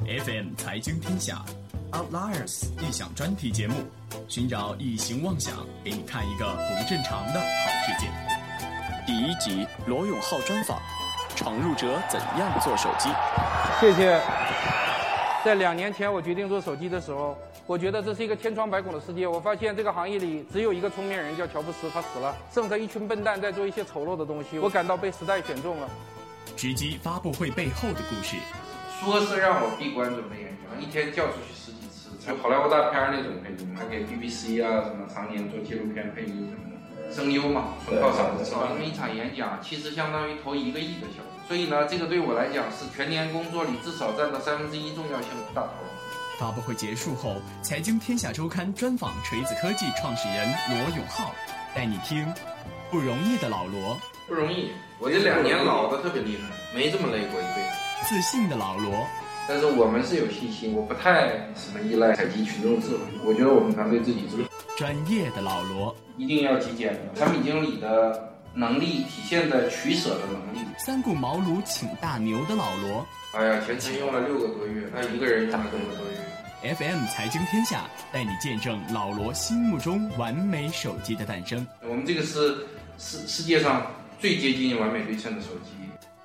FM 财经天下 Outliers 异想专题节目，寻找异形妄想，给你看一个不正常的好世界。第1集罗永浩专访，闯入者怎样做手机？ 谢谢。在2年前我决定做手机的时候，我觉得这是一个千疮百孔的世界。我发现这个行业里只有一个聪明人，叫乔布斯，他死了，剩下一群笨蛋在做一些丑陋的东西。我感到被时代选中了。 直击发布会背后的故事。 说是让我闭关准备演讲，一天叫出去10几次，就好莱坞大片那种配音，还给 BBC 啊什么常年做纪录片配音什么的，声优嘛，纯靠嗓子唱。这么一场演讲，其实相当于投1个亿的效果，所以呢，这个对我来讲是全年工作里至少占到1/3重要性的大头。 发布会结束后，财经天下周刊专访锤子科技创始人罗永浩，带你听不容易的老罗。 不容易，我这2年老的特别厉害，没这么累过一辈子。 自信的老罗， 但是我们是有信心，我不太什么依赖采集群众智慧，我觉得我们团队自己做。 专业的老罗， 一定要极简的产品经理的能力体现在取舍的能力。 3顾茅庐请大牛的老罗， 哎呀，前程用了6个多月，他一个人用了6个多月。 FM 财经天下带你见证老罗心目中完美手机的诞生。 我们这个是世界上最接近完美对称的手机。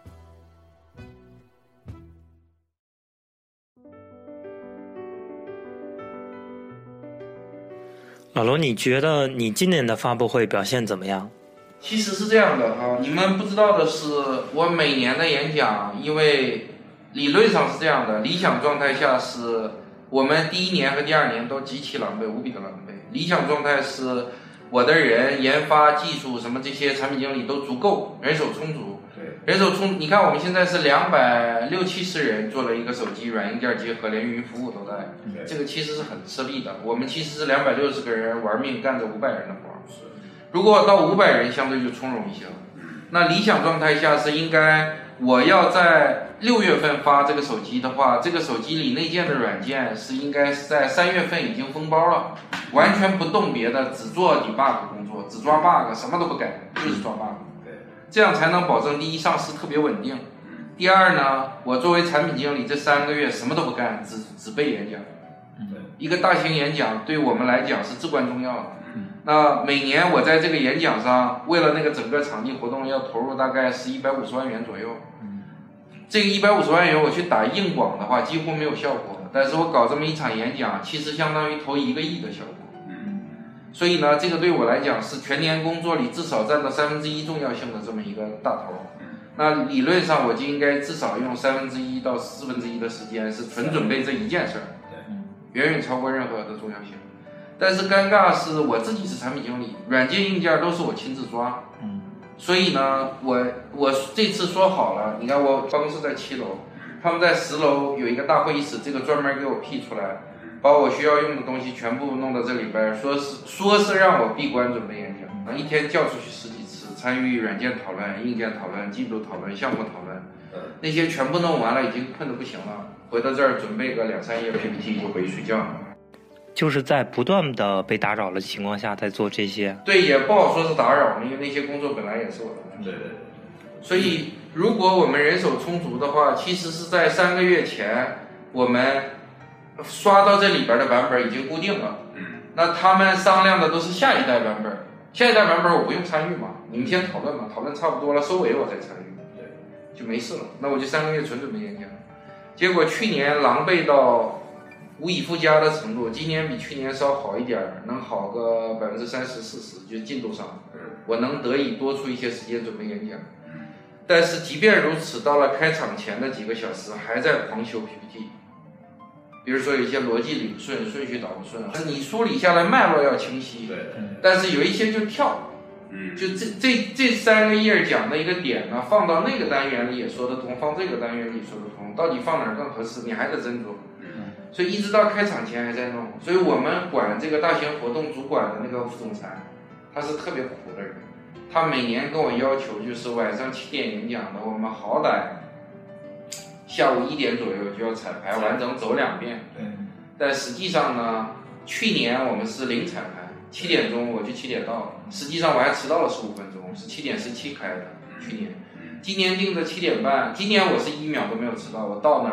老罗，你觉得你今年的发布会表现怎么样？ 其实是这样的哈，你们不知道的是，我每年的演讲，因为理论上是这样的，理想状态下是我们第1年和第2年都极其狼狈，无比的狼狈。理想状态是我的人、研发、技术什么这些产品经理都足够，人手充足。对，人手充，你看我们现在是260-270人做了一个手机，软硬件结合，连云服务都在。这个其实是很吃力的。我们其实是260个人玩命干着500人的活。如果到500人，相对就从容一些了。那理想状态下是应该，我要在6月份发这个手机的话，这个手机里内建的软件是应该是在3月份已经封包了，完全不动别的，只做 debug 工作，只抓 bug， 什么都不改，就是抓 bug。这样才能保证第一上市特别稳定。第二呢，我作为产品经理这3个月什么都不干，只背演讲。一个大型演讲对我们来讲是至关重要的。那每年我在这个演讲上，为了那个整个场地活动要投入大概是150万元左右。这个150万元我去打硬广的话几乎没有效果，但是我搞这么一场演讲，其实相当于投1个亿的效果。所以呢，这个对我来讲是全年工作里至少占到1/3重要性的这么一个大头。那理论上我就应该至少用1/3到1/4的时间是纯准备这一件事儿，远远超过任何的重要性。但是尴尬是我自己是产品经理，软件硬件都是我亲自抓。所以呢，我这次说好了，你看我办公室在7楼，他们在10楼有一个大会议室，这个专门给我辟出来，把我需要用的东西全部弄到这里边，说是让我闭关准备演讲，一天叫出去10几次，参与软件讨论、硬件讨论、进度讨论、项目讨论，那些全部弄完了，已经困得不行了，回到这儿准备个2-3页 PPT 就回去睡觉了。 就是在不断的被打扰的情况下在做这些。 对，也不好说是打扰，因为那些工作本来也是我的工作。对。所以如果我们人手充足的话，其实是在3个月前我们刷到这里边的版本已经固定了。那他们商量的都是下一代版本，下一代版本我不用参与嘛，你们先讨论嘛，讨论差不多了收尾我再参与，就没事了。那我就3个月纯准备演讲。结果去年狼狈到无以复加的程度，今年比去年稍好一点，能好个30-40%，就进度上，我能得以多出一些时间准备演讲。但是即便如此，到了开场前的几个小时，还在狂修 PPT。比如说有一些逻辑理不顺，顺序导不顺，你梳理下来脉络要清晰，但是有一些就跳，就这3个页讲的一个点呢，放到那个单元里也说得通，放这个单元里说得通，到底放哪儿更合适，你还得斟酌。所以一直到开场前还在弄，所以我们管这个大型活动主管的那个副总裁，他是特别苦的人，他每年跟我要求就是晚上7点演讲的，我们好歹下午1点左右就要彩排完整走2遍。但实际上呢，去年我们是零彩排，7点钟我就7点到了，实际上我还迟到了15分钟，是7点17开的。去年，今年定的7点半，今年我是1秒都没有迟到，我到那儿了。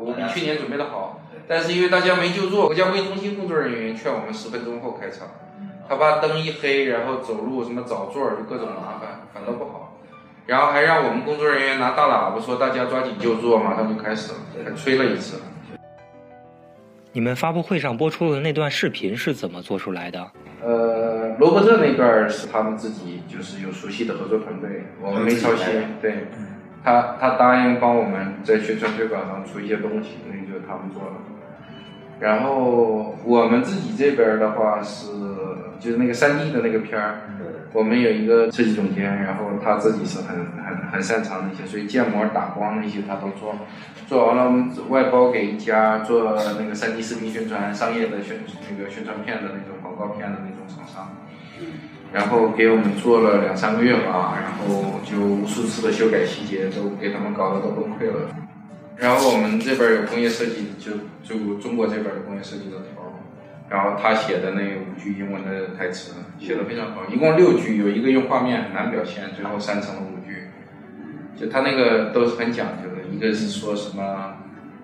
我比去年准备的好。但是因为大家没就坐，国家会议中心工作人员劝我们10分钟后开场，他怕灯一黑，然后走路什么找座就各种麻烦，反倒不好。然后还让我们工作人员拿大喇叭说大家抓紧就坐，马上就开始了，还吹了一次。 你们发布会上播出的那段视频是怎么做出来的？ 罗伯特那段是他们自己就是有熟悉的合作团队，我们没操心。对，他答应帮我们在宣传推广上出一些东西，那就是他们做的。然后我们自己这边的话是就是那个3D 的那个片儿，我们有一个设计总监，然后他自己是很擅长那些，所以建模打光那些他都做完了，我们外包给一家做那个3D 视频宣传商业的宣传片的那种广告片的那种厂商，然后给我们做了2-3个月吧，然后就无数次的修改细节，都给他们搞得都崩溃了。然后我们这边有工业设计，就中国这边的工业设计的头，然后他写的那5句英文的台词写得非常好，一共6句，有一个用画面很难表现，最后删成了5句。就他那个都是很讲究的，一个是说什么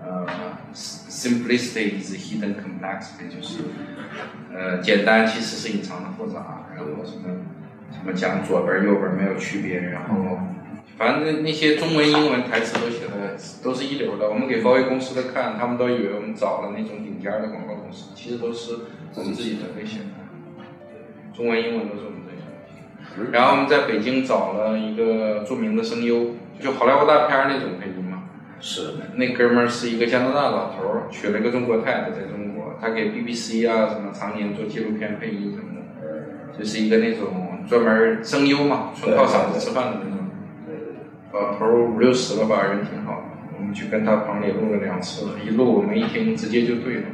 simplicity is hidden complexity， 就是简单其实是隐藏的复杂，然后什么讲左边右边没有区别，然后反正那些中文英文台词都写的都是一流的。我们给华为公司的看，他们都以为我们找了那种顶尖的广告公司，其实都是我们自己团队写的，中文英文都是我们自己团队。然后我们在北京找了一个著名的声优，就好莱坞大片那种配音嘛。 是， 那哥们儿是一个加拿大老头儿，娶了一个中国太太，在中国，他给 BBC 啊什么常年做纪录片配音什么的，就是一个那种专门声优嘛，纯靠嗓子吃饭的那种。老头儿50-60了吧，人挺好的。我们去跟他棚里录了2次，一录我们一听直接就对了。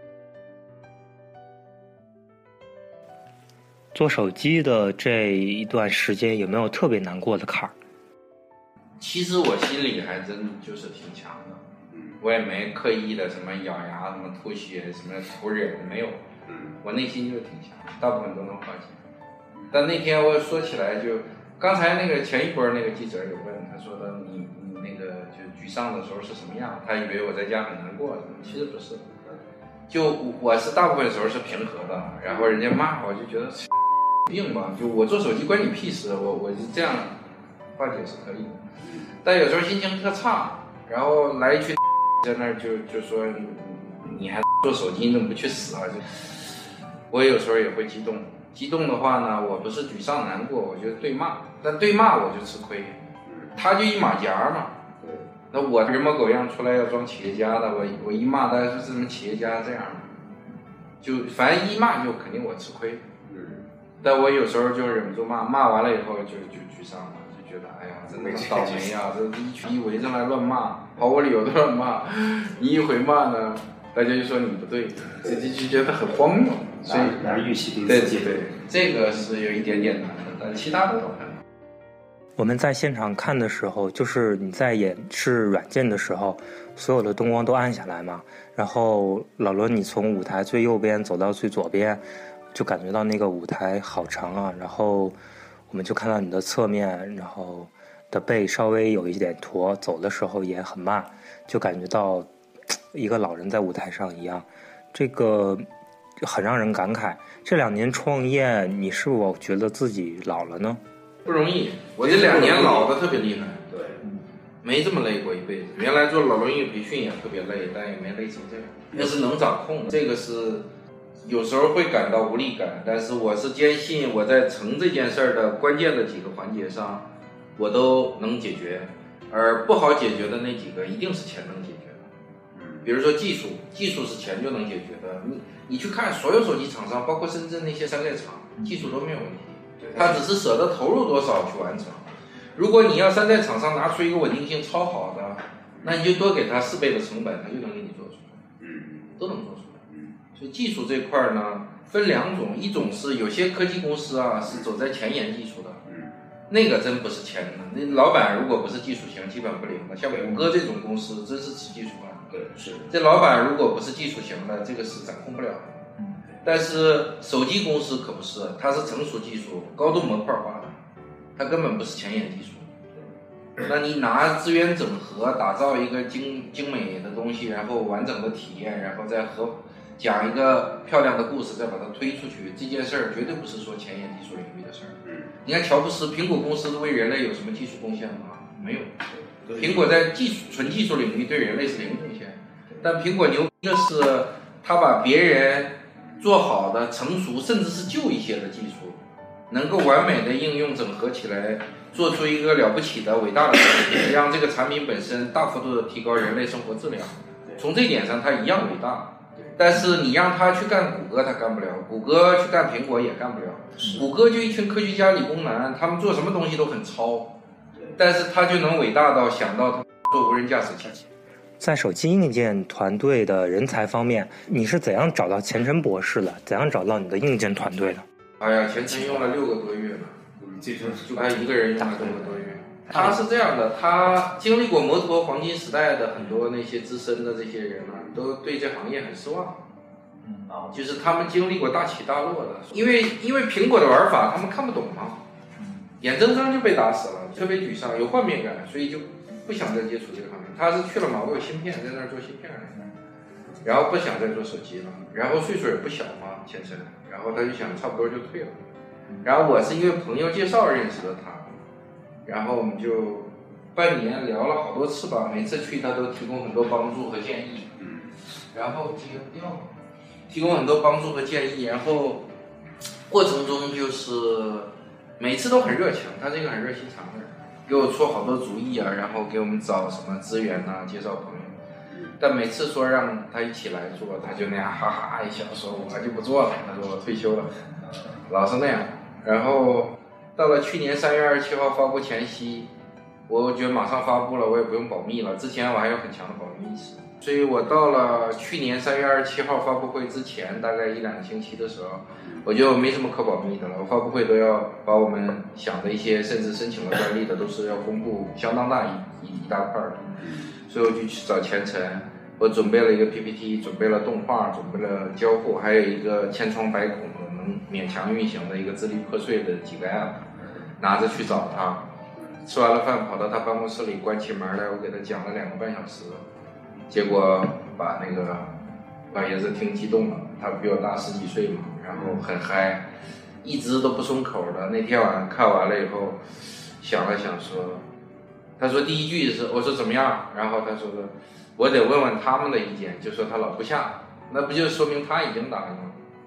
做手机的这一段时间有没有特别难过的坎儿？ 其实我心里还真就是挺强的，我也没刻意的什么咬牙、什么吐血、什么吐忍，没有，我内心就挺强，大部分都能化解。但那天我说起来就，刚才那个前一波那个记者有问，他说的你那个就沮丧的时候是什么样？他以为我在家很难过，其实不是，就我是大部分时候是平和的，然后人家骂我就觉得病吧，就我做手机关你屁事，我就这样化解是可以的。但有时候心情特差，然后来一群在那儿就说你还做手机，你怎么不去死啊？就我有时候也会激动，激动的话呢，我不是沮丧难过，我就对骂，但对骂我就吃亏，他就一马甲嘛。那我人模狗样出来要装企业家的，我一骂他是什么企业家这样，就反正一骂就肯定我吃亏。但我有时候就忍不住骂完了以后就沮丧了。觉得哎呀，真的倒霉啊！这一群一围上来乱骂，毫无理由的乱骂，你一回骂呢，大家就说你不对，就觉得很荒谬。所以拿预期低， 对，这个是有一点点难的，但其他的都很难。 我们在现场看的时候，就是你在演示软件的时候，所有的灯光都暗下来嘛，然后老罗你从舞台最右边走到最左边，就感觉到那个舞台好长啊，然后我们就看到你的侧面，然后的背稍微有一点驼，走的时候也很慢，就感觉到一个老人在舞台上一样，这个很让人感慨。这2年创业，你是否觉得自己老了呢？ 不容易，我这2年老的特别厉害，对，没这么累过一辈子。原来做老罗英语培训也特别累，但也没累成这样。那是能掌控的，这个是。有时候会感到无力感，但是我是坚信我在成这件事儿的关键的几个环节上，我都能解决，而不好解决的那几个一定是钱能解决的。比如说技术是钱就能解决的。你去看所有手机厂商，包括深圳那些山寨厂，技术都没有问题，他只是舍得投入多少去完成。如果你要山寨厂商拿出一个稳定性超好的，那你就多给他4倍的成本，他就能给你做出来，都能做出来。就技术这块呢，分2种，一种是有些科技公司啊是走在前沿技术的，那个真不是钱的。那老板如果不是技术型，基本不灵的。像谷歌这种公司，真是吃技术饭。 对，是。 这老板如果不是技术型的，这个是掌控不了的。但是手机公司可不是，它是成熟技术、高度模块化的，它根本不是前沿技术。 那你拿资源整合，打造一个精美的东西，然后完整的体验，然后再讲一个漂亮的故事，再把它推出去，这件事儿绝对不是说前沿技术领域的事儿。你看乔布斯，苹果公司为人类有什么技术贡献吗？没有。苹果在纯技术领域对人类是零贡献，但苹果牛逼的是，它把别人做好的、成熟甚至是旧一些的技术，能够完美的应用整合起来，做出一个了不起的伟大的产品，让这个产品本身大幅度的提高人类生活质量。从这点上，它一样伟大。但是你让他去干谷歌，他干不了；谷歌去干苹果也干不了。谷歌就一群科学家、理工男，他们做什么东西都很糙，但是他就能伟大到想到他做无人驾驶汽车。 在手机硬件团队的人才方面，你是怎样找到钱晨博士的？怎样找到你的硬件团队的？ 哎呀，钱晨用了6个多月了，就他一个人用了6个多月。他是这样的，他经历过摩托黄金时代的很多那些资深的这些人呢，都对这行业很失望。就是他们经历过大起大落的，因为苹果的玩法他们看不懂嘛，眼睁睁就被打死了，特别沮丧，有幻灭感，所以就不想再接触这个行业。他是去了马沃有芯片，在那儿做芯片来的，然后不想再做手机了，然后岁数也不小嘛，钱晨，然后他就想差不多就退了。然后我是因为朋友介绍认识的他。然后我们就半年聊了好多次吧，每次去他都提供很多帮助和建议，然后提供很多帮助和建议，然后过程中就是每次都很热情，他是一个很热心肠的人，给我出好多主意啊，然后给我们找什么资源啊，介绍朋友。但每次说让他一起来做，他就那样哈哈一笑说我就不做了，他说我退休了，老是那样。然后到了去年3月27号发布前夕，我觉得马上发布了，我也不用保密了。之前我还有很强的保密意识，所以我到了去年3月27号发布会之前，大概1-2个星期的时候，我就没什么可保密的了。我发布会都要把我们想的一些，甚至申请了专利的，都是要公布相当大一大块的。所以我就去找钱晨，我准备了一个 PPT， 准备了动画，准备了交互，还有一个千疮百孔的能勉强运行的一个支离破碎的几个 app， 拿着去找他。吃完了饭跑到他办公室里，关起门来，我给他讲了2个半小时，结果把那个老爷子听激动了，他比我大10几岁嘛，然后很嗨，一直都不松口的。那天晚上看完了以后，想了想说，他说第一句是我说怎么样，然后他说的我得问问他们的意见，就说他老不下，那不就说明他已经答应了。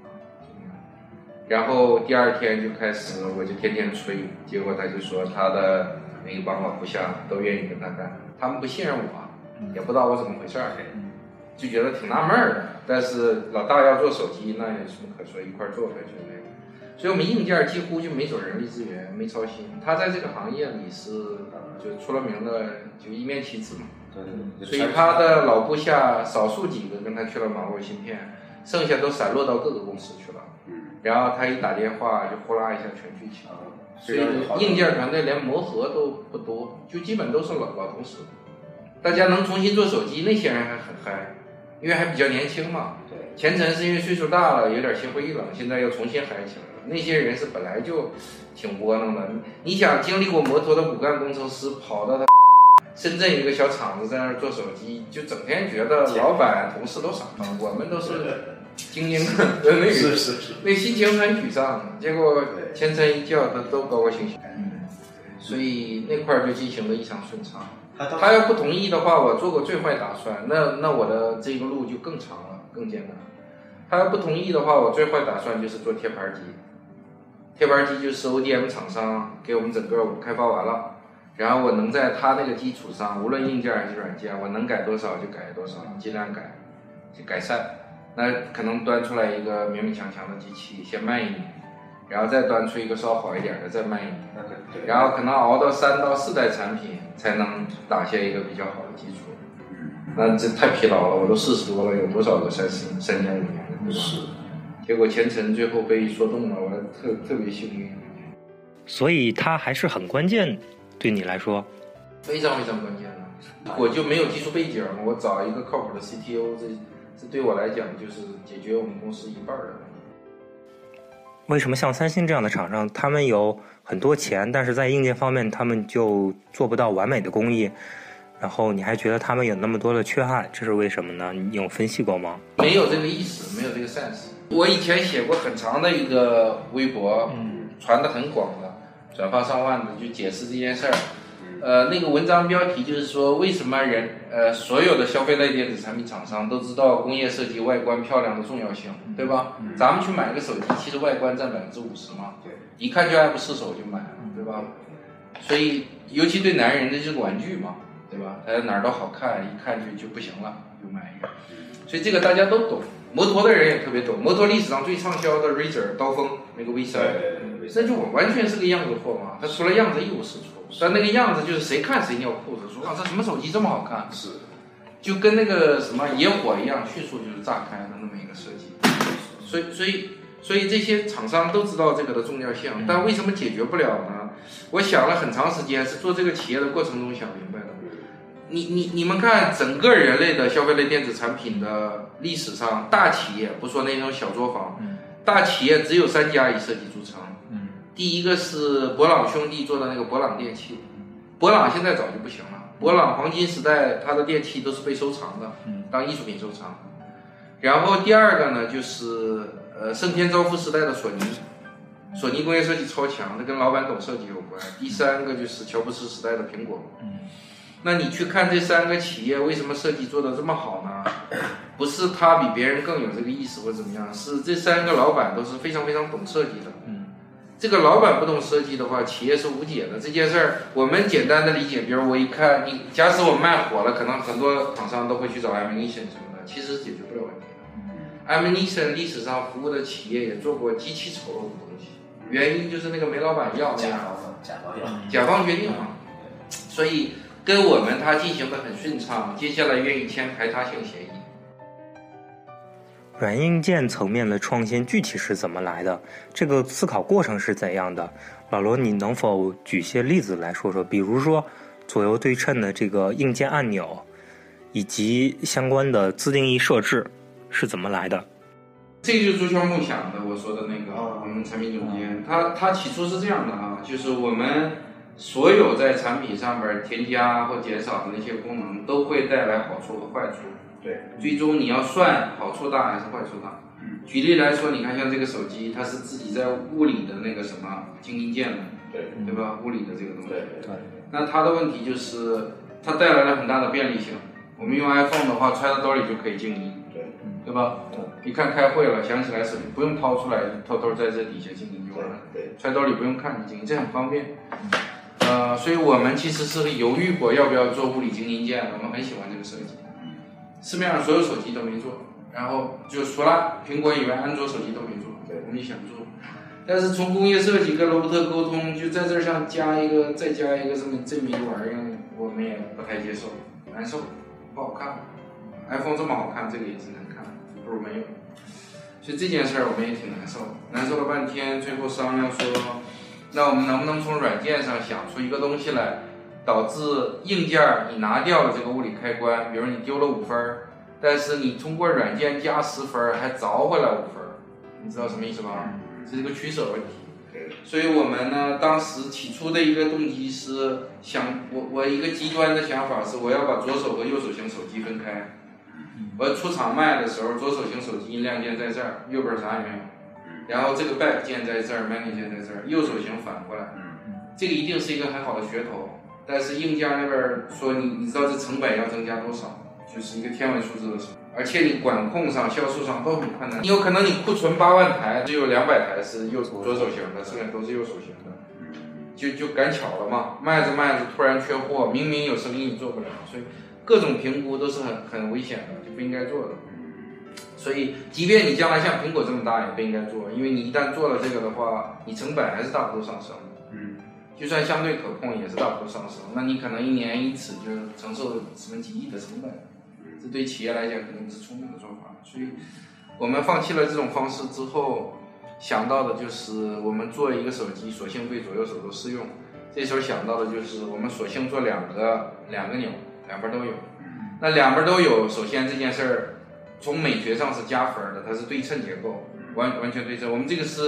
然后第2天就开始，我就天天催，结果他就说他的那帮老部下都愿意跟他干，他们不信任我，也不知道我怎么回事，就觉得挺纳闷的。但是老大要做手机，那有什么可说，一块做呗，对不对？所以我们硬件几乎就没走人力资源，没操心。他在这个行业里是就出了名的，就一面旗帜嘛。所以他的老部下少数几个跟他去了马沃芯片，剩下都散落到各个公司去了。然后他一打电话就呼啦一下全聚齐了。所以硬件团队连磨合都不多，就基本都是老同事。大家能重新做手机，那些人还很嗨，因为还比较年轻嘛。钱晨是因为岁数大了，有点心灰意冷，现在又重新嗨起来了。那些人是本来就挺窝囊的。你想经历过摩托的骨干工程师，跑到他深圳一个小厂子在那儿做手机，就整天觉得老板同事都傻，我们都是精英的那个，是那心情很沮丧。结果钱晨一叫，他都高高兴兴，所以那块就进行的异常顺畅。他要不同意的话，我做过最坏打算，那我的这个路就更长了，更艰难。他要不同意的话，我最坏打算就是做贴牌机。贴牌机就是 ODM 厂商给我们整个开发完了，然后我能在他那个基础上，无论硬件还是软件，我能改多少就改多少，尽量改，就改善。那可能端出来一个勉勉强强的机器，先慢1年，然后再端出一个稍好一点的，再慢1年，然后可能熬到3到4代产品才能打下一个比较好的基础。那这太疲劳了，我都40多了，有多少个3年5年的，对吧？是。结果钱晨最后被说动了，我特别幸运。 所以它还是很关键，对你来说。 非常非常关键的。我就没有技术背景，我找一个靠谱的 CTO， 这对我来讲就是解决我们公司1半的问题。 为什么像三星这样的厂商，他们有很多钱，但是在硬件方面他们就做不到完美的工艺？然后你还觉得他们有那么多的缺憾，这是为什么呢？你有分析过吗？ 没有这个意思，没有这个 sense。我以前写过很长的一个微博，传得很广的，转发上万的，就解释这件事儿。那个文章标题就是说，为什么所有的消费类电子产品厂商都知道工业设计外观漂亮的重要性，对吧？咱们去买个手机，其实外观占50%嘛，对，一看就爱不释手就买了，对吧？所以尤其对男人，这就是个玩具嘛，对吧？哪儿都好看，一看就不行了，就买一个。所以这个大家都懂，摩托的人也特别懂。摩托历史上最畅销的 Razr 刀锋那个 V3，那就完全是个样子货嘛，它除了样子一无是处。但那个样子就是谁看谁尿裤子，说哇这什么手机这么好看，是，就跟那个什么野火一样，迅速就是炸开的那么一个设计。所以这些厂商都知道这个的重要性，但为什么解决不了呢？我想了很长时间，是做这个企业的过程中想明白的。你们看整个人类的消费类电子产品的历史上，大企业不说那种小作坊，大企业只有3家以设计著称。第一个是博朗兄弟做的那个博朗电器，博朗现在早就不行了，博朗黄金时代它的电器都是被收藏的，当艺术品收藏。然后第二个呢就是盛天昭夫时代的索尼，索尼工业设计超强，它跟老板懂设计有关。第三个就是乔布斯时代的苹果。那你去看这3个企业为什么设计做得这么好呢？不是他比别人更有这个意识或怎么样，是这3个老板都是非常非常懂设计的。这个老板不懂设计的话，企业是无解的。这件事儿我们简单的理解，比如我一看你，假使我卖火了，可能很多厂商都会去找 Ammunition 什么的，其实解决不了问题的。Ammunition 历史上服务的企业也做过极其丑陋的东西，原因就是那个煤老板要那样，甲方决定嘛。所以跟我们他进行的很顺畅，接下来愿意签排他性协议。 软硬件层面的创新具体是怎么来的？这个思考过程是怎样的？老罗，你能否举些例子来说说？比如说左右对称的这个硬件按钮，以及相关的自定义设置是怎么来的？ 这就是朱乔木想的，我说的那个我们产品总监，他起初是这样的啊，就是我们所有在产品上面添加或减少的那些功能，都会带来好处和坏处。对，最终你要算好处大还是坏处大。举例来说，你看像这个手机，它是自己在物理的那个什么静音键的，对吧？物理的这个东西。对。那它的问题就是它带来了很大的便利性。我们用 iPhone 的话，揣到兜里就可以静音，对吧？一看开会了，想起来手机不用掏出来，偷偷在这底下静音就完了。对，揣兜里不用看你静音，这很方便。所以我们其实是犹豫过要不要做物理静音键，我们很喜欢这个设计。市面上所有手机都没做，然后就除了苹果以外，安卓手机都没做。对，我们也想做，但是从工业设计跟罗伯特沟通，就在这上加一个，再加一个这么一个玩意儿，我们也不太接受，难受，不好看。iPhone 这么好看，这个也是难看，不如没有。所以这件事儿我们也挺难受，难受了半天，最后商量说，那我们能不能从软件上想出一个东西来？导致硬件你拿掉了这个物理开关，比如你丢了5分，但是你通过软件加10分还找回来5分，你知道什么意思吧？这是个取舍问题。所以我们呢，当时起初的一个动机是想，我一个极端的想法是，我要把左手和右手型手机分开。我出厂卖的时候，左手型手机音量键在这儿，右边啥也没有。然后这个 back 键在这儿 ，menu 键在这儿，右手型反过来。这个一定是一个很好的噱头。但是硬件那边说你知道这成本要增加多少，就是一个天文数字的事，而且你管控上、销售上都很困难。你有可能你库存8万台，只有200台是左手型的，剩下都是右手型的，就赶巧了嘛。卖着突然缺货，明明有生意你做不了，所以各种评估都是很危险的，就不应该做的。所以即便你将来像苹果这么大也不应该做，因为你一旦做了这个的话，你成本还是大幅度上升。就算相对可控也是大幅度上升，那你可能1年因此就承受什么几亿的成本，这对企业来讲肯定是聪明的做法。所以我们放弃了这种方式之后，想到的就是我们做一个手机索性对左右手都适用。这时候想到的就是我们索性做两个钮，两边都有。那两边都有，首先这件事儿从美学上是加分的，它是对称结构，完全对称。我们这个是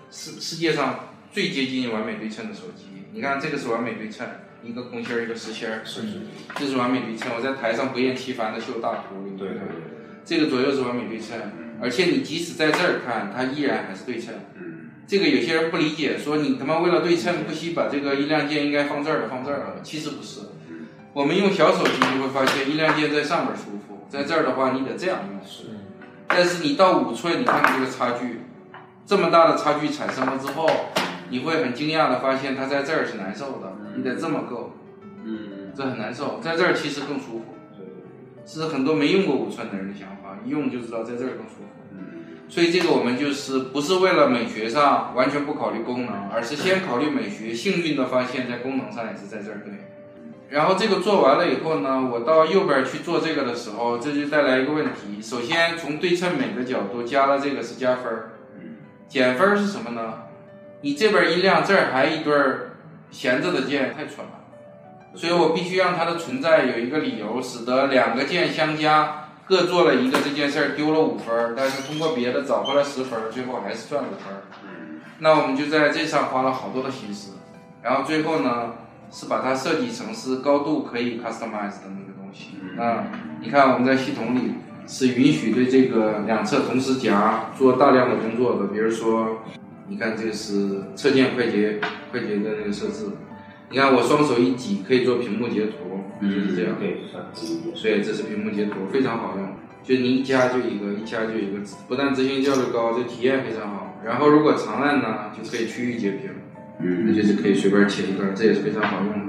世界上最接近完美对称的手机。你看这个是完美对称，一个空心儿一个实心儿，这是完美对称。我在台上不厌其烦的秀大图， 对， 这个左右是完美对称，而且你即使在这儿看，它依然还是对称。这个有些人不理解，说你他妈为了对称，不惜把这个音量键应该放这儿的放这儿了，其实不是。我们用小手机你会发现音量键在上面舒服，在这儿的话你得这样用。但是你到5寸，你看看这个差距，这么大的差距产生了之后，你会很惊讶的发现它在这儿是难受的，你得这么够，这很难受，在这儿其实更舒服。是很多没用过5寸的人的想法，一用就知道在这儿更舒服。所以这个我们就是不是为了美学上完全不考虑功能，而是先考虑美学，幸运的发现在功能上也是在这儿对。然后这个做完了以后呢，我到右边去做这个的时候，这就带来一个问题。首先从对称美的角度加了这个是加分，减分是什么呢？你这边音量这儿还一对闲着的键太蠢了，所以我必须让它的存在有一个理由，使得2个键相加，各做了一个这件事儿丢了5分，但是通过别的找回来10分，最后还是赚5分。那我们就在这上花了好多的心思，然后最后呢是把它设计成是高度可以 customize 的那个东西。你看我们在系统里是允许对这个2侧同时夹做大量的工作的，比如说你看这个是侧键快捷的那个设置，你看我双手一挤可以做屏幕截图，就是这样。对，所以这是屏幕截图，非常好用。就你一加就一个，不但执行效率高，这体验非常好。然后如果长按呢，就可以区域截屏，那就是可以随便切一段，这也是非常好用的。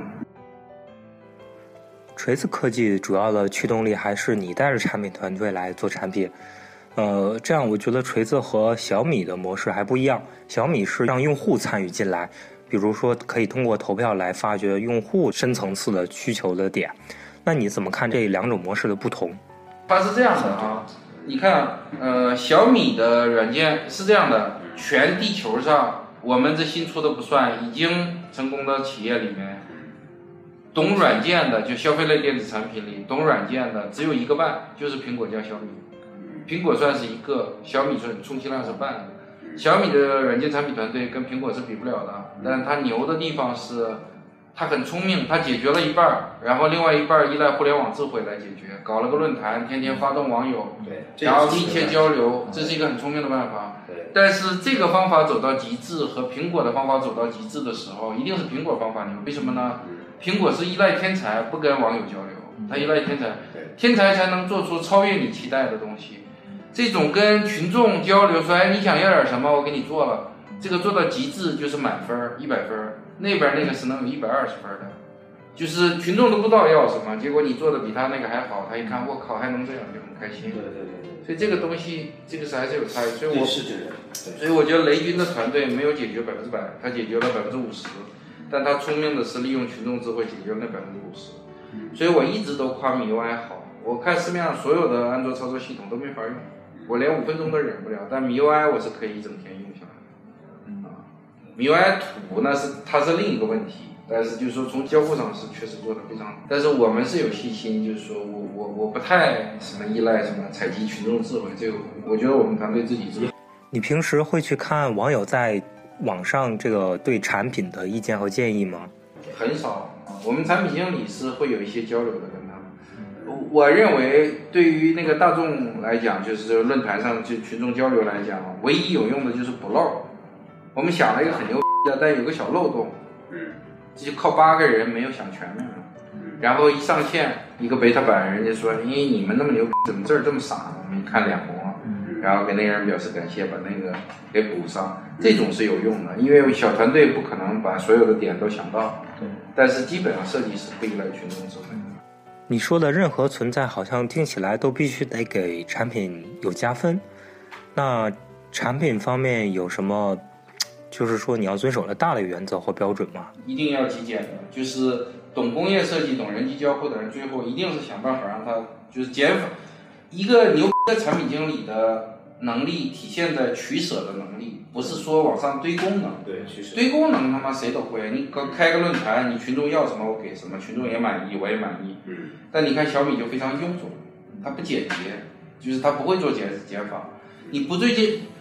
锤子科技主要的驱动力还是你带着产品团队来做产品。这样我觉得锤子和小米的模式还不一样。小米是让用户参与进来，比如说可以通过投票来发掘用户深层次的需求的点。那你怎么看这2种模式的不同？ 它是这样的啊，你看，小米的软件是这样的，全地球上我们这新出的不算，已经成功的企业里面，懂软件的就消费类电子产品里懂软件的只有1个半，就是苹果加小米。苹果算是1个，小米充其量是半个。小米的软件产品团队跟苹果是比不了的，但它牛的地方是它很聪明，它解决了一半，然后另外一半依赖互联网智慧来解决，搞了个论坛，天天发动网友，然后密切交流，这是一个很聪明的办法。但是这个方法走到极致和苹果的方法走到极致的时候，一定是苹果方法牛。为什么呢？苹果是依赖天才，不跟网友交流，它依赖天才，天才才能做出超越你期待的东西。这种跟群众交流说，哎，你想要点什么，我给你做了，这个做到极致就是满分100分，那边那个是能有120分的，就是群众都不知道要什么，结果你做的比他那个还好，他一看我靠还能这样，就很开心。对，所以这个东西这个是还是有差异，所以我觉得雷军的团队没有解决100%，他解决了50%，但他聪明的是利用群众智慧解决了那50%。所以我一直都夸MIUI好，我看市面上所有的安卓操作系统都没法用，我连5分钟都忍不了，但 MIUI 我是可以一整天用下来的。MIUI 土呢它是另一个问题，但是就是说从交互上是确实做得非常好。但是我们是有信心，就是说我不太什么依赖什么采集群众智慧，这个我觉得我们团队自己是。 你平时会去看网友在网上这个对产品的意见和建议吗？ 很少，我们产品经理是会有一些交流的跟他们。我认为对于那个大众来讲，就是论坛上就群众交流来讲，唯一有用的就是补漏。我们想了一个很牛的，但有个小漏洞，就靠8个人没有想全面了。然后一上线一个 beta 版，人家说，你们那么牛，怎么这儿这么傻？我们看脸红了，然后给那个人表示感谢，把那个给补上。这种是有用的，因为小团队不可能把所有的点都想到，但是基本上设计是不依赖群众智慧。 你说的任何存在好像听起来都必须得给产品有加分，那产品方面有什么就是说你要遵守的大的原则或标准吗？ 一定要极简的，就是懂工业设计懂人机交互的人，最后一定是想办法让他就是减法。一个牛的产品经理的能力体现在取舍的能力，不是说往上堆功能。 对， 堆功能他妈谁都会，你开个论坛，你群众要什么我给什么，群众也满意，我也满意。但你看小米就非常臃肿，它不简洁，就是它不会做减法。你不对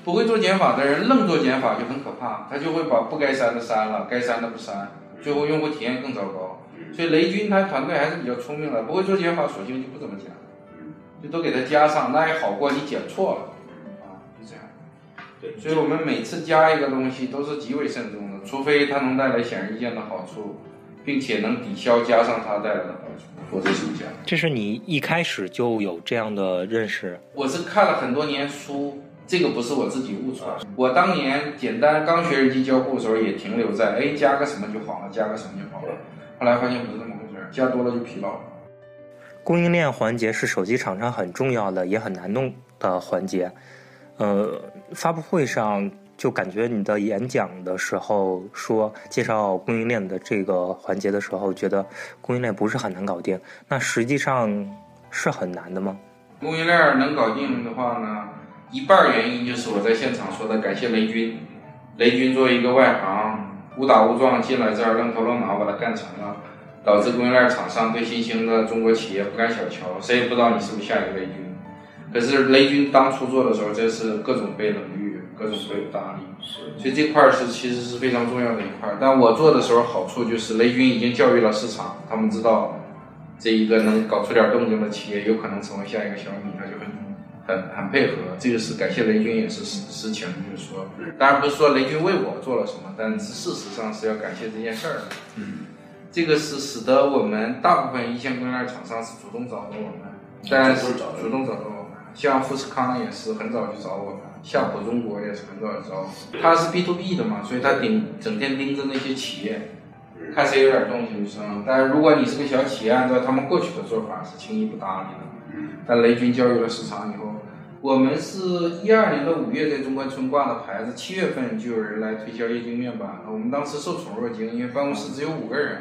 不会做减法的人愣做减法就很可怕，他就会把不该删的删了，该删的不删，最后用户体验更糟糕。所以雷军他团队还是比较聪明的，不会做减法索性就不怎么减，就都给他加上，那也好过你减错了啊，就这样。对，所以我们每次加一个东西都是极为慎重的，除非它能带来显而易见的好处，并且能抵消加上它带来的好处，否则是不加。 这是你一开始就有这样的认识？ 我是看了很多年书，这个不是我自己悟出来的。我当年简单刚学人机交互的时候，也停留在加个什么就好了，加个什么就好了。后来发现不是那么回事，加多了就疲劳了。 供应链环节是手机厂商很重要的，也很难弄的环节。发布会上就感觉你的演讲的时候说介绍供应链的这个环节的时候，觉得供应链不是很难搞定。那实际上是很难的吗？ 供应链能搞定的话呢，一半原因就是我在现场说的，感谢雷军。雷军作为一个外行，误打误撞进来这儿，愣头愣脑把它干成了，导致供应链厂商对新兴的中国企业不敢小瞧，谁也不知道你是不是下一个雷军。可是雷军当初做的时候，这是各种被冷遇，各种被搭理，所以这块其实是非常重要的一块。但我做的时候好处就是雷军已经教育了市场，他们知道这一个能搞出点动静的企业有可能成为下一个小米，他就很配合。这个是感谢雷军，也是实情，就是说，当然不是说雷军为我做了什么，但是事实上是要感谢这件事儿的。这个是使得我们大部分一线供应链厂商是主动找的我们，但是主动找到我们。像富士康也是很早就找我们，夏普中国也是很早就找我们。他是 B2B 的嘛，所以他整天盯着那些企业，看谁有点动静就上。但是如果你是个小企业，按照他们过去的做法是轻易不搭理的。但雷军教育了市场以后，我们是12年的5月在中关村挂的牌子，7月份就有人来推销液晶面板。我们当时受宠若惊，因为办公室只有5个人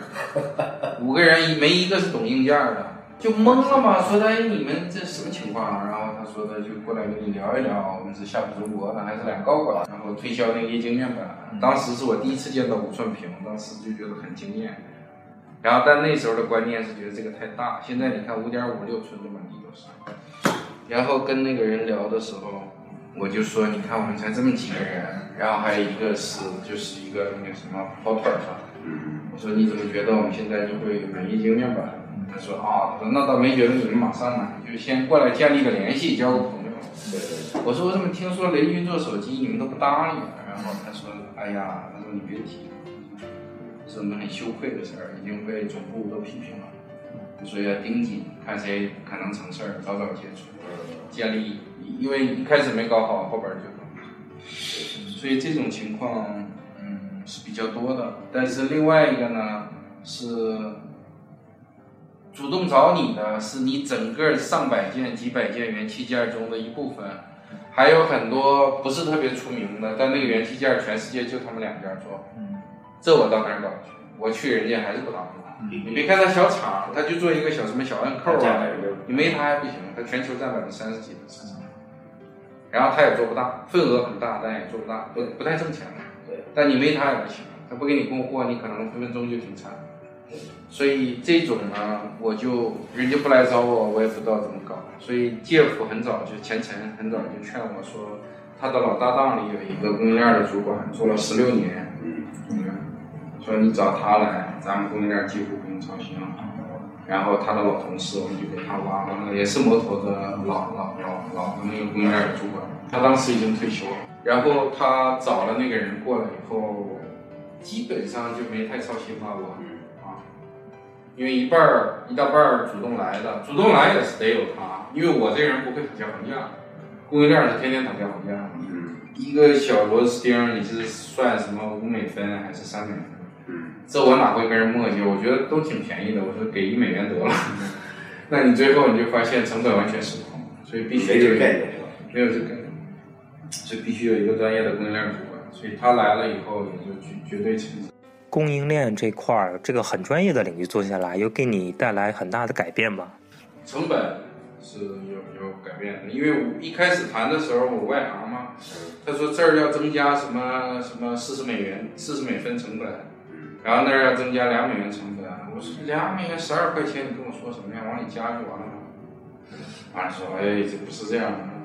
，5个人没一个是懂硬件的。就懵了嘛，说的你们这什么情况？然后他说的就过来跟你聊一聊，我们是夏普中国的，还是2高管，然后推销那个液晶面板。当时是我第一次见到5寸屏，当时就觉得很惊艳。然后但那时候的观念是觉得这个太大，现在你看5.56寸的满地都是。然后跟那个人聊的时候，我就说你看我们才这么几个人，然后还有一个就是一个那个什么跑腿的。我说你怎么觉得我们现在就会买液晶面板？他说他说那倒没觉得你们马上买，就先过来建立个联系，交个朋友。我说我怎么听说雷军做手机你们都不搭理？然后他说他说你别提了，是我们很羞愧的事儿，已经被总部都批评了，所以要盯紧，看谁可能成事儿，早接触，建立，因为一开始没搞好，后边就所以这种情况是比较多的。但是另外一个呢是主动找你的是你整个上百件几百件元器件中的一部分，还有很多不是特别出名的，但那个元器件全世界就他们2家做。这我到哪儿搞去？我去人家还是不搭理。你别看他小厂，他就做一个小什么小按扣啊，你没他还不行，他全球占30%几的市场，然后他也做不大，份额很大，但也做不大，不太挣钱。但你没他也不行，他不给你供货，你可能分分钟就停产。所以这种呢，人家不来找我，我也不知道怎么搞。所以介甫钱晨很早就劝我说，他的老搭档里有一个供应链的主管，做了16年，说你找他来，咱们供应链几乎不用操心了。然后他的老同事，我们就给他挖了，也是摩托的老的那个供应链的主管，他当时已经退休了。然后他找了那个人过来以后，基本上就没太操心了我。因为一大半主动来的，主动来也是得有他，因为我这人不会讨价还价，供应链是天天讨价还价。一个小螺丝钉你是算什么5美分还是3美分？这我哪会跟人磨叽？我觉得都挺便宜的，我说给1美元得了。那你最后你就发现成本完全失控，所以必须有没有这个概念，所以必须有一个专业的供应链主管，所以他来了以后也就绝对成绩。 供应链这块儿，这个很专业的领域做下来，又给你带来很大的改变吧？ 成本是有改变的，因为我一开始谈的时候我外行嘛，他说这儿要增加什么40美分成本，然后那儿要增加2美元成本，我说2美元12块钱，你跟我说什么呀？往里加就完了嘛。完了说这不是这样的，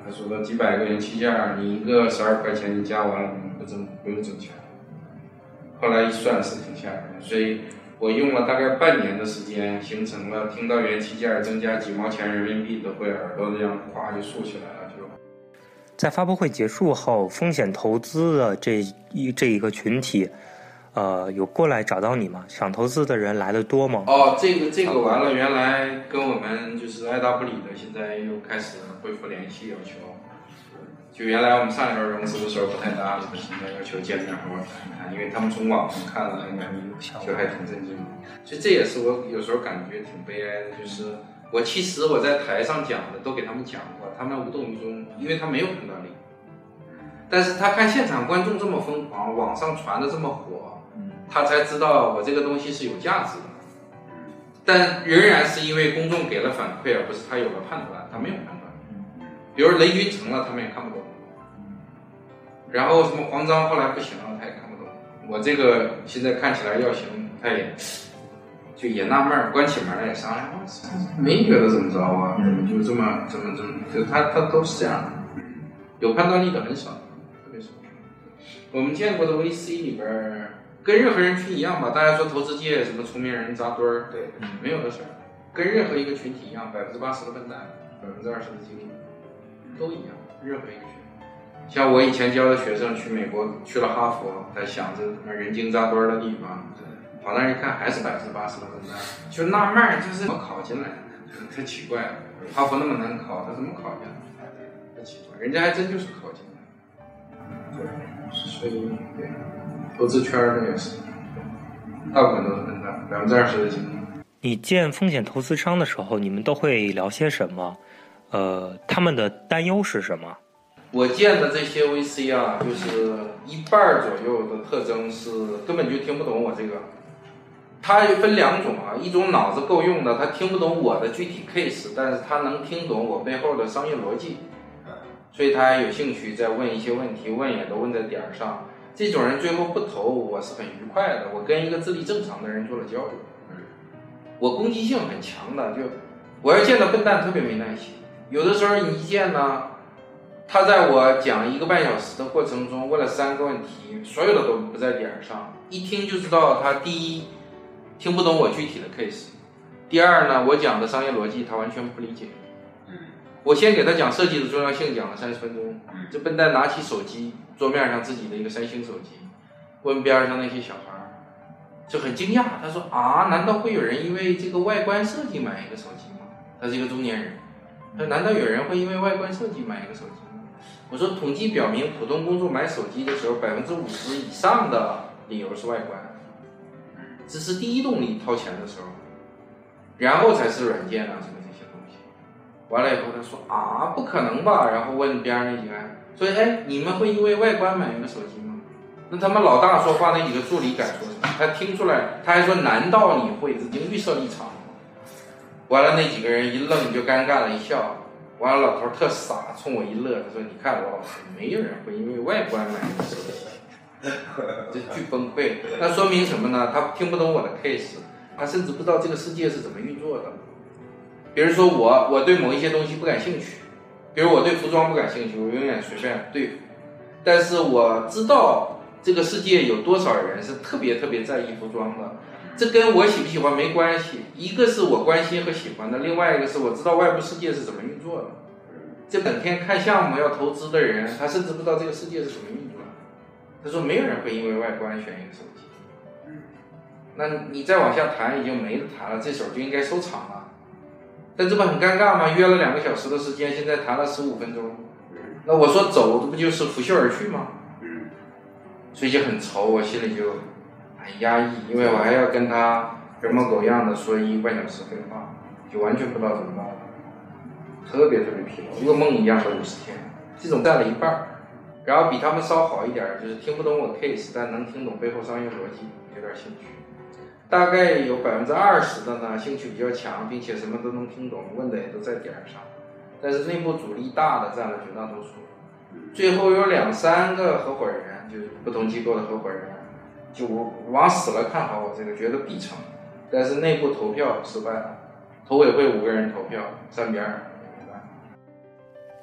他说的几百个人气件，你一个12块钱，你加完了不用挣钱。后来一算是挺吓人的，所以我用了大概半年的时间，形成了听到元器件增加几毛钱人民币都会耳朵这样咵就竖起来了。 在发布会结束后，风险投资的这一个群体，有过来找到你吗？想投资的人来的多吗？ 这个完了，原来跟我们就是爱答不理的，现在又开始恢复联系要求。就原来我们上一轮融资的时候不太搭理的，现在要求见面好好谈一谈，因为他们从网上看了很满意，就还挺震惊的。所以这也是我有时候感觉挺悲哀的，就是其实我在台上讲的都给他们讲过，他们无动于衷，因为他没有判断力。但是他看现场观众这么疯狂，网上传的这么火，他才知道我这个东西是有价值的。但仍然是因为公众给了反馈，而不是他有了判断，他没有判断。比如雷军成了，他们也看不懂。然后什么黄章后来不行了，他也看不懂。我这个现在看起来要行，他也纳闷，关起门来也商量，没觉得怎么着啊，怎么就这么，就他都是这样的，有判断力的很少，特别少。我们见过的 VC 里边，跟任何人群一样吧，大家说投资界什么聪明人扎堆儿，对，没有的事儿，跟任何一个群体一样，80%的笨蛋，20%的精英，都一样，任何一个群体。像我以前教的学生去美国，去了哈佛，他想着人精扎堆儿的地方。跑那儿一看，还是80%的笨蛋，就纳闷儿，就是怎么考进来的，太奇怪了。哈佛那么难考，他怎么考进来？太奇怪，人家还真就是考进来。对，所以对，投资圈的也是，大部分都是笨蛋，20%的精英。 你见风险投资商的时候，你们都会聊些什么？他们的担忧是什么？ 我见的这些 VC 啊，就是1半左右的特征是根本就听不懂我这个。他分2种啊，一种脑子够用的，他听不懂我的具体 case， 但是他能听懂我背后的商业逻辑，所以他有兴趣再问一些问题，问也都问在点儿上。这种人最后不投，我是很愉快的。我跟一个智力正常的人做了交流，我攻击性很强的，就我要见到笨蛋特别没耐心。有的时候你一见呢，他在我讲1个半小时的过程中问了3个问题，所有的都不在点儿上，一听就知道他第一听不懂我具体的 case， 第二呢，我讲的商业逻辑他完全不理解。我先给他讲设计的重要性，讲了30分钟，这笨蛋拿起手机，桌面上自己的一个3星手机，问边上那些小孩，就很惊讶，他说啊，难道会有人因为这个外观设计买一个手机吗？他是一个中年人，他说难道有人会因为外观设计买一个手机吗？我说统计表明，普通公众买手机的时候，50%以上的理由是外观。这是第一动力掏钱的时候，然后才是软件啊什么这些东西。完了以后他说啊，不可能吧？然后问边上那几个人说，哎，你们会因为外观买一个手机吗？那他们老大说话那几个助理敢说什么？他听出来，他还说难道你会？已经预设立场了。完了那几个人一愣，就尴尬了一笑。完了老头特傻，冲我一乐，他说你看罗老师，没有人会因为外观买一个手机。这巨崩溃，那说明什么呢？他听不懂我的 case， 他甚至不知道这个世界是怎么运作的。比如说我对某一些东西不感兴趣，比如我对服装不感兴趣，我永远随便对付。但是我知道这个世界有多少人是特别在意服装的，这跟我喜不喜欢没关系。一个是我关心和喜欢的，另外一个是我知道外部世界是怎么运作的。这整天看项目要投资的人，他甚至不知道这个世界是怎么运作的。他说没有人会因为外观选一个手机，那你再往下谈已经没得谈了，这手就应该收场了。但这不很尴尬吗？约了2个小时的时间，现在谈了15分钟，那我说走，这不就是拂袖而去吗？所以就很愁，我心里就很压抑，因为我还要跟他人模狗样的说1个半小时废话，就完全不知道怎么办，特别疲劳，噩梦一样的50天，这种占了1半。然后比他们稍好一点，就是听不懂我 case， 但能听懂背后商业逻辑，有点兴趣。大概有20%的呢，兴趣比较强，并且什么都能听懂，问的也都在点上。但是内部阻力大的占了绝大多数。最后有2-3个合伙人，就是不同机构的合伙人，就往死了看好我这个，觉得必成。但是内部投票失败了，投委会5个人投票，3比2。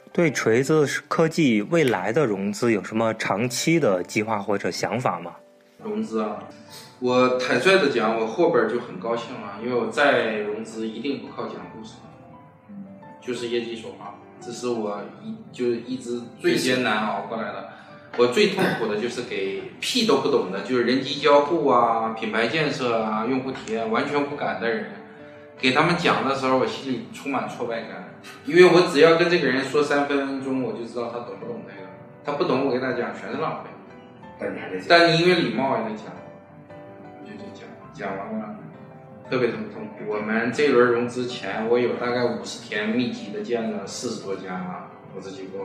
对锤子科技未来的融资有什么长期的计划或者想法吗？ 融资啊，我坦率的讲，我后边就很高兴了，因为我再融资一定不靠讲故事，就是业绩说话，这是我一直最艰难熬过来的。我最痛苦的就是给屁都不懂的，就是人机交互啊、品牌建设啊、用户体验完全无感的人，给他们讲的时候，我心里充满挫败感，因为我只要跟这个人说3分钟，我就知道他懂不懂这个，他不懂，我给他讲全是浪费。但你因为礼貌也得讲，就讲完了，特别痛苦。我们这轮融资前，我有大概50天密集的见了40多家投资机构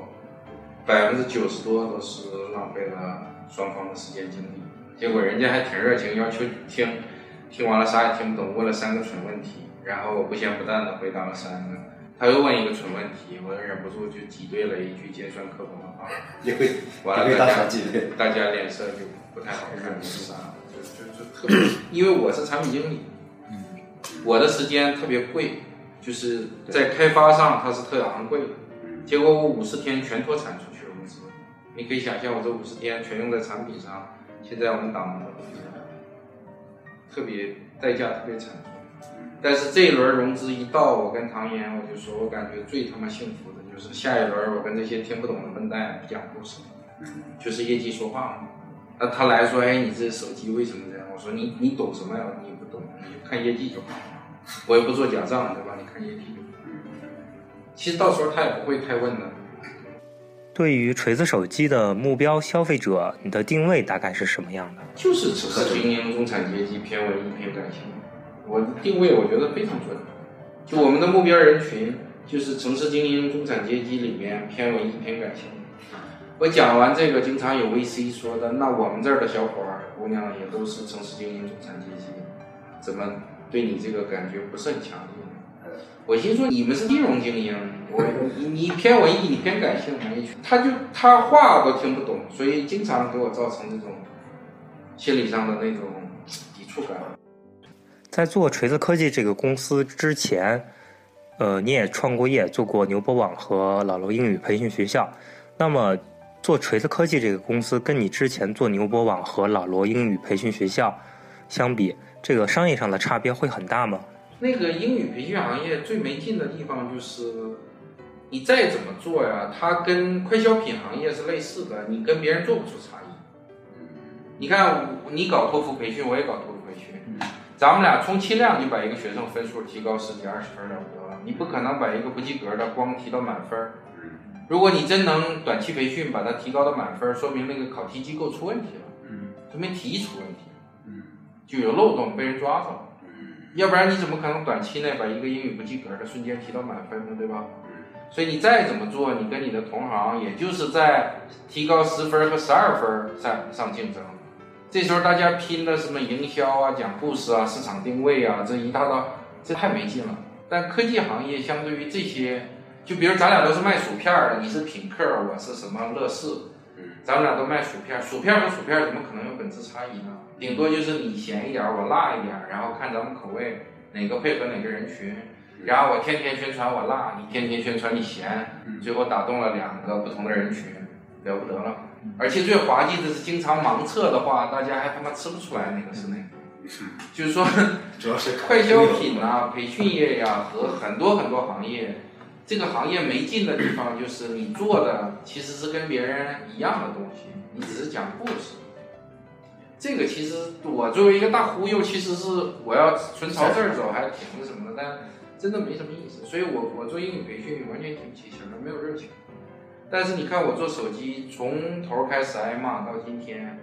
，90%多都是浪费了双方的时间精力。结果人家还挺热情，要求听完了啥也听不懂，问了3个蠢问题，然后我不咸不淡的回答了3个。他又问一个蠢问题，我忍不住就挤兑了一句尖酸刻薄的话，完了大家脸色就不太好看，就是就特别，因为我是产品经理，我的时间特别贵，就是在开发上它是特昂贵的，结果我50天全脱产出去融资，你可以想象我这50天全用在产品上，现在我们党特别代价特别惨重。但是这一轮融资一到，我跟唐岩我就说，我感觉最他妈幸福的就是下一轮我跟这些听不懂的笨蛋讲故事，就是业绩说话嘛。那他来说，哎，你这手机为什么这样？我说你懂什么呀？你不懂，你就看业绩就好了。我也不做假账，对吧？你看业绩就好。其实到时候他也不会太问的。 对于锤子手机的目标消费者，你的定位大概是什么样的？ 就是城市精英、中产阶级、偏文艺、偏感性。我的定位我觉得非常准，就我们的目标人群就是城市精英中产阶级里面偏文艺偏感性。我讲完这个，经常有 VC 说的，那我们这儿的小伙儿姑娘也都是城市精英中产阶级，怎么对你这个感觉不是很强烈？我心说你们是金融精英，你偏文艺你偏感性，他话都听不懂，所以经常给我造成这种心理上的那种抵触感。 在做锤子科技这个公司之前，你也创过业，做过牛博网和老罗英语培训学校。那么，做锤子科技这个公司跟你之前做牛博网和老罗英语培训学校相比，这个商业上的差别会很大吗？ 那个英语培训行业最没劲的地方就是，你再怎么做呀，它跟快消品行业是类似的，你跟别人做不出差异。你看，你搞托福培训，我也搞托福培训。咱们俩充其量就把一个学生分数提高10几20分了不得了，你不可能把一个不及格的光提到满分。如果你真能短期培训把它提高到满分，说明那个考题机构出问题了，说明题出问题，就有漏洞被人抓着了。要不然你怎么可能短期内把一个英语不及格的瞬间提到满分呢，对吧？所以你再怎么做，你跟你的同行也就是在提高10分和12分上竞争。这时候大家拼的什么营销啊、讲故事啊、市场定位啊，这一大道，这太没劲了。但科技行业相对于这些，就比如咱俩都是卖薯片的，你是品客，我是什么乐事，咱们俩都卖薯片，薯片和薯片怎么可能有本质差异呢？顶多就是你咸一点，我辣一点，然后看咱们口味哪个配合哪个人群，然后我天天宣传我辣，你天天宣传你咸，最后打动了2个不同的人群，了不得了。而且最滑稽的是，经常盲测的话，大家还他妈吃不出来哪个是哪个。就是说， 主要是快消品啊、培训业呀、和很多很多行业，这个行业没劲的地方就是你做的其实是跟别人一样的东西，你只是讲故事。这个其实我作为一个大忽悠，其实是我要纯朝这儿走，还挺那什么的，但真的没什么意思。所以我做英语培训完全提不起劲儿，没有热情。但是你看我做手机，从头开始挨骂到今天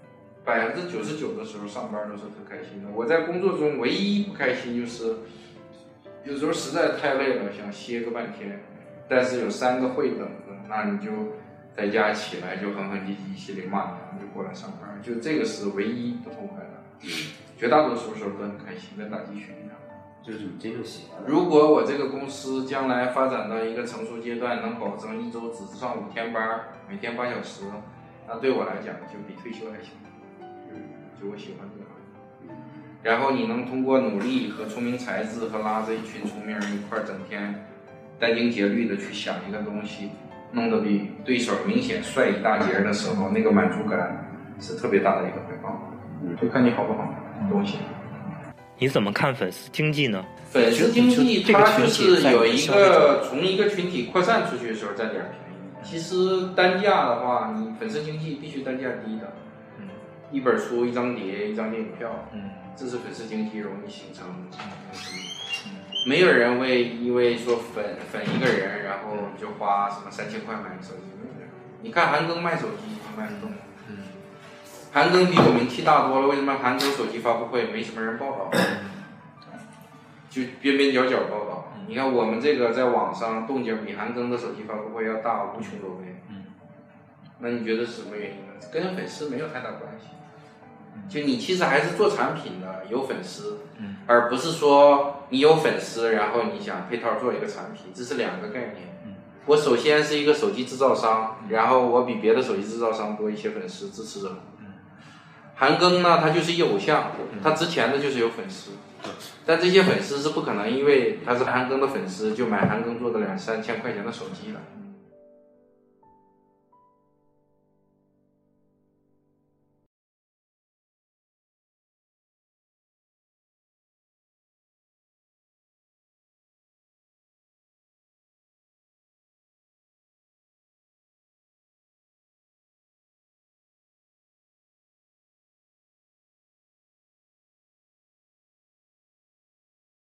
，99%的时候上班都是特开心的。我在工作中唯一不开心就是有时候实在太累了，想歇个半天，但是有3个会等着，那你就在家起来就哼哼唧唧心里骂娘，就过来上班，就这个是唯一不痛快的。绝大多数时候都很开心，跟打鸡血一样。 就是你真正喜欢。 如果我这个公司将来发展到一个成熟阶段，能保证1周只上5天班，每天8小时，那对我来讲就比退休还行。就我喜欢这个行业。然后你能通过努力和聪明才智和拉着一群聪明人一块儿整天殚精竭虑的去想一个东西， 弄得比对手明显帅一大截的时候，那个满足感是特别大的一个回报。就看你好不好东西。 你怎么看粉丝经济呢？ 粉丝经济它就是有一个从一个群体扩散出去的时候占点便宜。其实单价的话，你粉丝经济必须单价低的。一本书、一张碟、一张电影票，这是粉丝经济容易形成的。没有人因为说粉一个人，然后就花什么3000块买个手机，没有人。你看韩庚卖手机卖不动。韩庚比我名气大多了，为什么韩庚手机发布会没什么人报道？就边边角角报道。你看我们这个在网上动静比韩庚的手机发布会要大无穷多倍。那你觉得是什么原因呢？跟粉丝没有太大关系。就你其实还是做产品的，有粉丝，而不是说你有粉丝，然后你想配套做一个产品，这是两个概念。我首先是一个手机制造商，然后我比别的手机制造商多一些粉丝支持者。韩庚呢，他就是一偶像，他之前的就是有粉丝，但这些粉丝是不可能因为他是韩庚的粉丝就买韩庚做的2-3千块钱的手机的。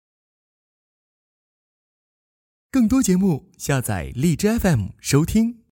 更多节目，下载荔枝 FM 收听。